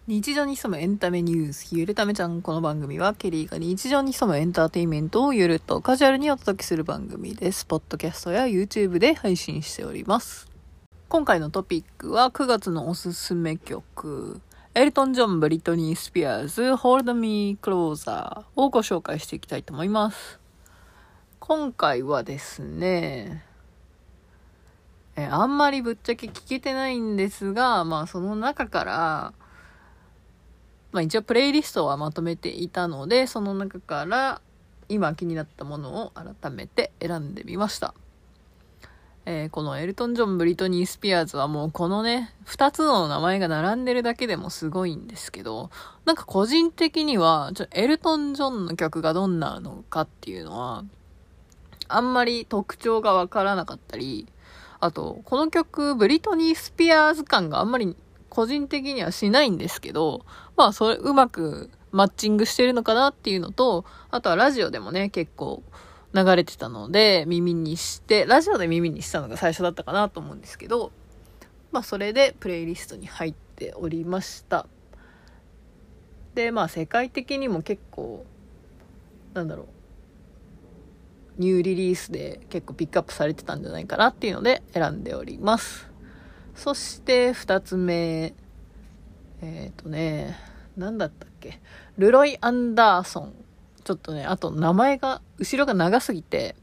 日常に潜むエンタメニュース、ゆるためちゃん。この番組はケリーが日常に潜むエンターテインメントをゆるっとカジュアルにお届けする番組です。ポッドキャストや YouTube で配信しております。今回のトピックは9月のおすすめ曲、エルトン・ジョン、ブリトニー・スピアーズ、Hold Me Closer をご紹介していきたいと思います。今回はですね、あんまりぶっちゃけ聞けてないんですが、その中から一応プレイリストはまとめていたので、その中から今気になったものを改めて選んでみました。このエルトン・ジョン、ブリトニー・スピアーズはもうこのね、2つの名前が並んでるだけでもすごいんですけど、なんか個人的には、エルトン・ジョンの曲がどんなのかっていうのは、あんまり特徴がわからなかったり、あと、この曲、ブリトニー・スピアーズ感があんまり個人的にはしないんですけど、それうまくマッチングしてるのかなっていうのと、あとはラジオでもね、結構流れてたので、ラジオで耳にしたのが最初だったかなと思うんですけど、それでプレイリストに入っておりました。で、世界的にも結構、ニューリリースで結構ピックアップされてたんじゃないかなっていうので選んでおります。そして2つ目、なんだったっけ、ルロイ・アンダーソン。ちょっとね、あと名前が後ろが長すぎて、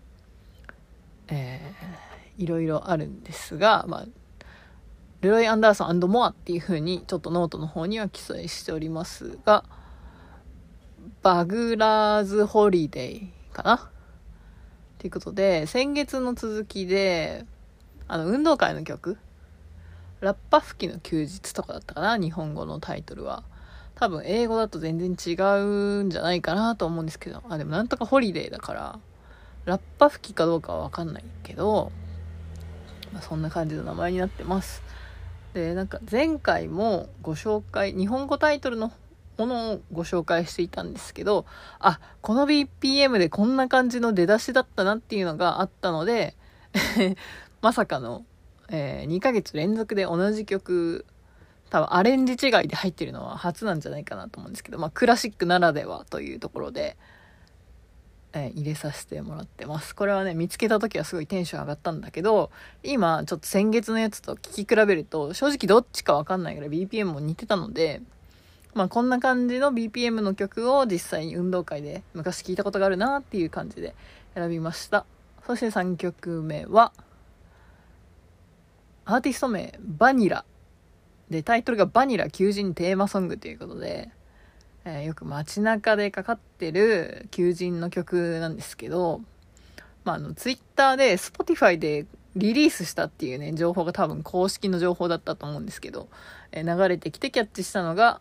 いろいろあるんですが、ルロイ・アンダーソン&モアっていう風にちょっとノートの方には記載しておりますが、バグラーズ・ホリデーかなということで、先月の続きで運動会の曲、ラッパ吹きの休日とかだったかな、日本語のタイトルは。多分英語だと全然違うんじゃないかなと思うんですけど、でもなんとかホリデーだからラッパ吹きかどうかは分かんないけど、そんな感じの名前になってます。で、なんか前回もご紹介、日本語タイトルのものをご紹介していたんですけど、この BPM でこんな感じの出だしだったなっていうのがあったのでまさかの、2ヶ月連続で同じ曲、多分アレンジ違いで入ってるのは初なんじゃないかなと思うんですけど、クラシックならではというところで、入れさせてもらってます。これはね、見つけた時はすごいテンション上がったんだけど、今ちょっと先月のやつと聞き比べると正直どっちか分かんないぐらい BPM も似てたので、こんな感じの BPM の曲を実際に運動会で昔聞いたことがあるなっていう感じで選びました。そして3曲目はアーティスト名バニラで、タイトルがバニラ求人テーマソングということで、よく街中でかかってる求人の曲なんですけど、ツイッターで Spotify でリリースしたっていうね、情報が多分公式の情報だったと思うんですけど、流れてきてキャッチしたのが、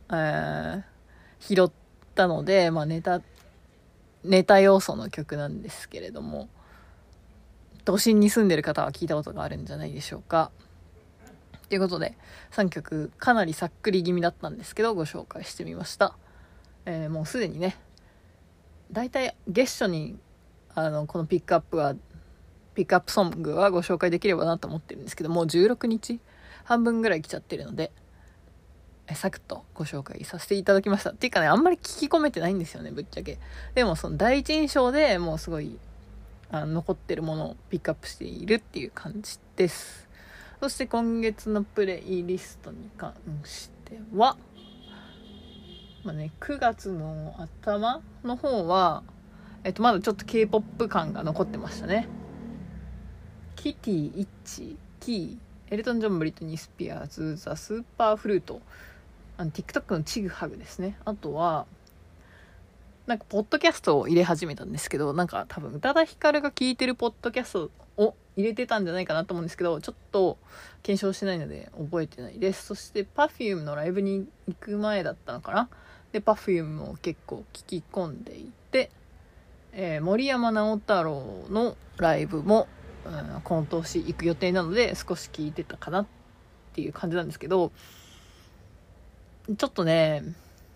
拾ったので、ネタ要素の曲なんですけれども、都心に住んでる方は聞いたことがあるんじゃないでしょうか。ということで3曲かなりさっくり気味だったんですけどご紹介してみました。もうすでにね、だいたい月初にこのピックアップソングはご紹介できればなと思ってるんですけど、もう16日半分ぐらい来ちゃってるので、サクッとご紹介させていただきました。っていうかね、あんまり聞き込めてないんですよね、ぶっちゃけ。でもその第一印象でもうすごい残ってるものをピックアップしているっていう感じです。そして今月のプレイリストに関しては、9月の頭の方は、まだちょっと K-POP 感が残ってましたね。キティ、イッチ、キー、エルトン・ジョン、ブリトニー・スピアーズ、ザ・スーパーフルート、TikTok のチグハグですね。あとはなんかポッドキャストを入れ始めたんですけど、なんか多分宇多田ヒカルが聞いてるポッドキャストを入れてたんじゃないかなと思うんですけど、ちょっと検証してないので覚えてないです。そして Perfume のライブに行く前だったのかな。で Perfume を結構聞き込んでいて、森山直太朗のライブも、今年行く予定なので少し聞いてたかなっていう感じなんですけど、ちょっとね、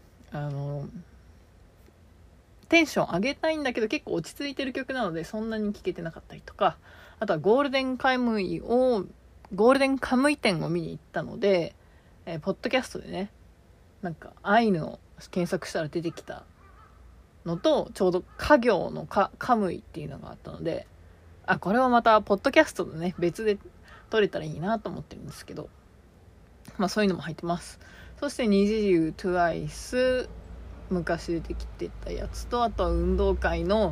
テンション上げたいんだけど結構落ち着いてる曲なのでそんなに聴けてなかったりとか、あとはゴールデンカムイ展を見に行ったので、ポッドキャストでねなんかアイヌを検索したら出てきたのと、ちょうど家業のカムイっていうのがあったので、これはまたポッドキャストでね別で撮れたらいいなと思ってるんですけど、そういうのも入ってます。そして二次流トゥワイス、昔出てきてたやつと、あとは運動会の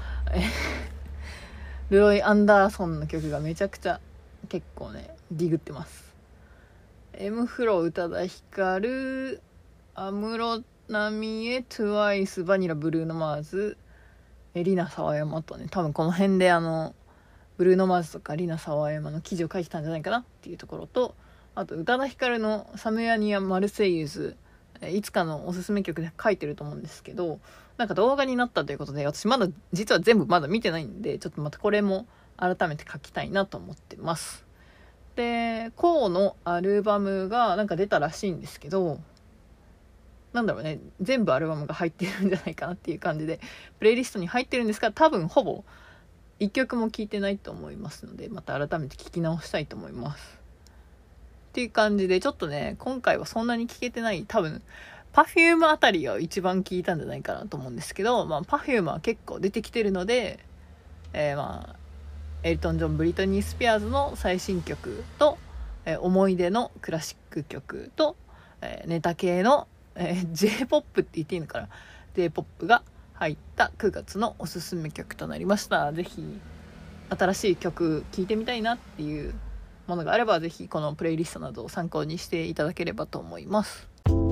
ルロイ・アンダーソンの曲がめちゃくちゃ結構ねディグってます。M フロー、宇多田ヒカル、安室奈美恵、トゥワイス、バニラ、ブルーノマーズ、リナ・サワヤマとね、多分この辺でブルーノマーズとかリナ・サワヤマの記事を書いてたんじゃないかなっていうところと、あと宇多田ヒカルのサムヤニア・マルセイユズ、いつかのおすすめ曲で書いてると思うんですけど、なんか動画になったということで、私まだ実は全部まだ見てないんで、ちょっとまたこれも改めて書きたいなと思ってます。で、コウのアルバムがなんか出たらしいんですけど、なんだろうね、全部アルバムが入ってるんじゃないかなっていう感じで、プレイリストに入ってるんですが、多分ほぼ1曲も聴いてないと思いますので、また改めて聴き直したいと思います。っていう感じで、ちょっとね今回はそんなに聴けてない、多分Perfume あたりが一番聴いたんじゃないかなと思うんですけど、Perfume は結構出てきてるので、エルトン・ジョン、ブリトニー・スピアーズの最新曲と、思い出のクラシック曲と、ネタ系の、J-POP って言っていいのかな、 J-POP が入った9月のおすすめ曲となりました。ぜひ新しい曲聴いてみたいなっていうものがあれば、ぜひこのプレイリストなどを参考にしていただければと思います。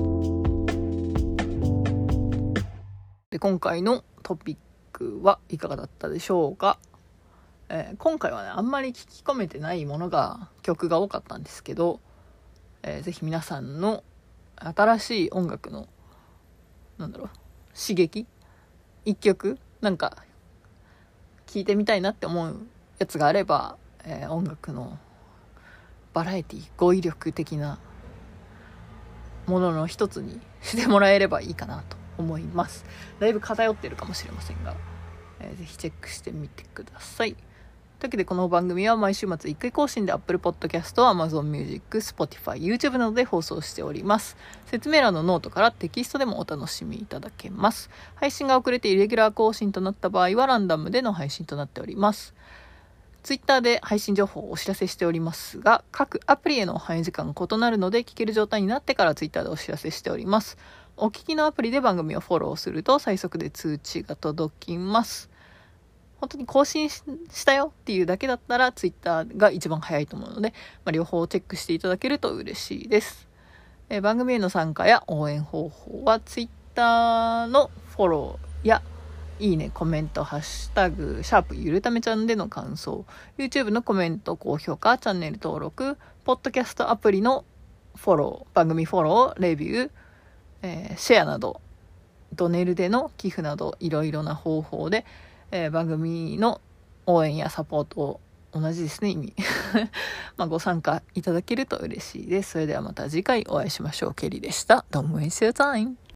で、今回のトピックはいかがだったでしょうか。今回はねあんまり聞き込めてない曲が多かったんですけど、ぜひ皆さんの新しい音楽の刺激、一曲なんか聞いてみたいなって思うやつがあれば、音楽のバラエティ、語彙力的なものの一つにしてもらえればいいかなと思います。だいぶ偏ってるかもしれませんが、ぜひチェックしてみてください。というわけで、この番組は毎週末1回更新で Apple Podcast、Amazon Music、Spotify、YouTube などで放送しております。説明欄のノートからテキストでもお楽しみいただけます。配信が遅れてイレギュラー更新となった場合はランダムでの配信となっております。Twitter で配信情報をお知らせしておりますが、各アプリへの反映時間が異なるので、聞ける状態になってから Twitter でお知らせしております。お聞きのアプリで番組をフォローすると最速で通知が届きます。本当に更新したよっていうだけだったら Twitter が一番早いと思うので、両方チェックしていただけると嬉しいです。番組への参加や応援方法は Twitter のフォローやいいね、コメント、ハッシュタグ、#ゆるためちゃんでの感想、YouTube のコメント、高評価、チャンネル登録、ポッドキャストアプリのフォロー、番組フォロー、レビュー、シェアなど、ドネルでの寄付など、いろいろな方法で、番組の応援やサポートを、同じですね、意味。ご参加いただけると嬉しいです。それではまた次回お会いしましょう。ケリーでした。Don't waste your time.